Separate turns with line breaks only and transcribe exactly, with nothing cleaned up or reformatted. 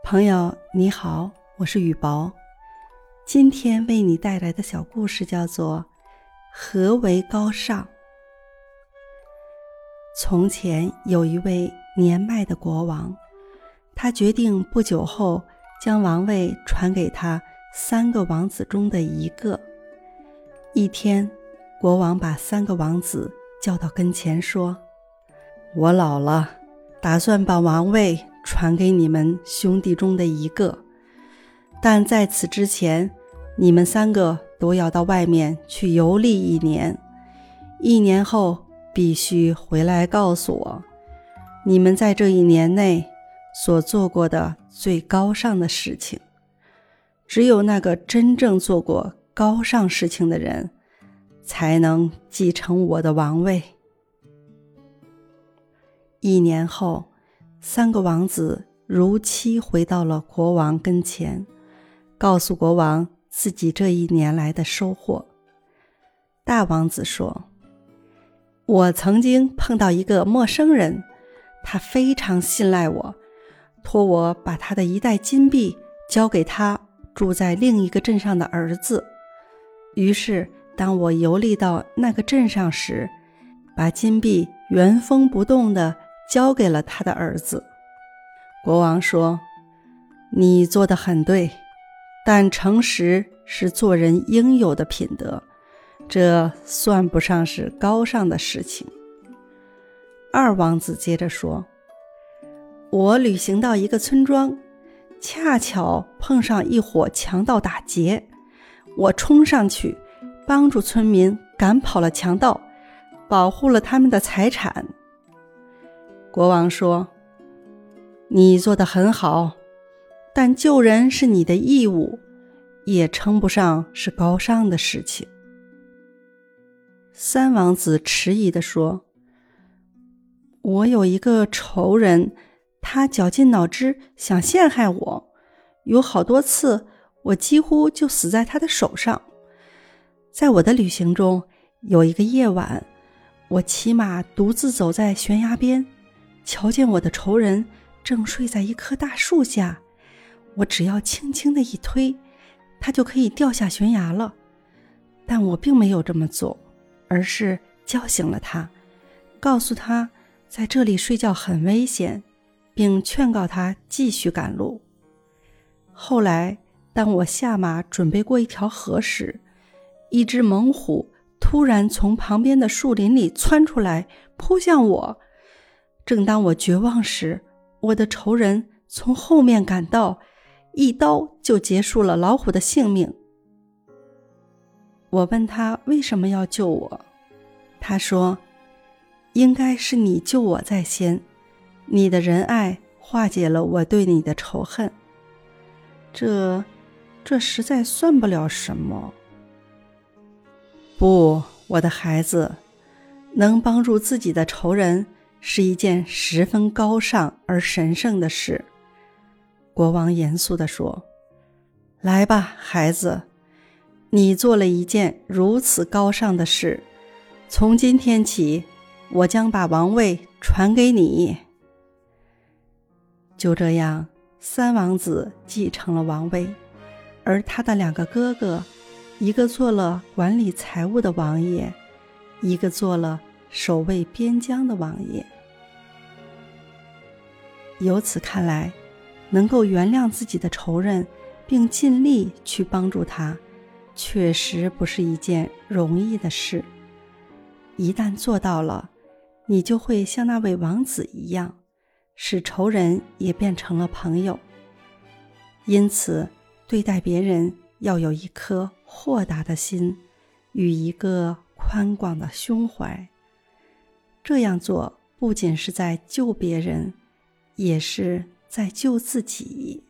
朋友你好，我是雨薄。今天为你带来的小故事叫做何为高尚。从前有一位年迈的国王，他决定不久后将王位传给他三个王子中的一个。一天，国王把三个王子叫到跟前说，我老了，打算把王位传给你们兄弟中的一个，但在此之前，你们三个都要到外面去游历一年，一年后必须回来告诉我，你们在这一年内所做过的最高尚的事情。只有那个真正做过高尚事情的人，才能继承我的王位。一年后，三个王子如期回到了国王跟前，告诉国王自己这一年来的收获。大王子说，我曾经碰到一个陌生人，他非常信赖我，托我把他的一袋金币交给他住在另一个镇上的儿子。于是当我游历到那个镇上时，把金币原封不动地交给了他的儿子。国王说，你做得很对，但诚实是做人应有的品德，这算不上是高尚的事情。二王子接着说，我旅行到一个村庄，恰巧碰上一伙强盗打劫，我冲上去帮助村民赶跑了强盗，保护了他们的财产。国王说，你做得很好，但救人是你的义务，也称不上是高尚的事情。三王子迟疑地说，我有一个仇人，他绞尽脑汁想陷害我，有好多次我几乎就死在他的手上。在我的旅行中，有一个夜晚，我骑马独自走在悬崖边，瞧见我的仇人正睡在一棵大树下，我只要轻轻地一推，他就可以掉下悬崖了。但我并没有这么做，而是叫醒了他，告诉他在这里睡觉很危险，并劝告他继续赶路。后来当我下马准备过一条河时，一只猛虎突然从旁边的树林里窜出来，扑向我。正当我绝望时，我的仇人从后面赶到，一刀就结束了老虎的性命。我问他为什么要救我，他说，应该是你救我在先，你的仁爱化解了我对你的仇恨。这这实在算不了什么。不，我的孩子，能帮助自己的仇人是一件十分高尚而神圣的事。国王严肃地说，来吧，孩子，你做了一件如此高尚的事，从今天起，我将把王位传给你。就这样，三王子继承了王位，而他的两个哥哥，一个做了管理财务的王爷，一个做了守卫边疆的王爷。由此看来，能够原谅自己的仇人，并尽力去帮助他，确实不是一件容易的事。一旦做到了，你就会像那位王子一样，使仇人也变成了朋友。因此，对待别人要有一颗豁达的心，与一个宽广的胸怀。这样做不仅是在救别人，也是在救自己。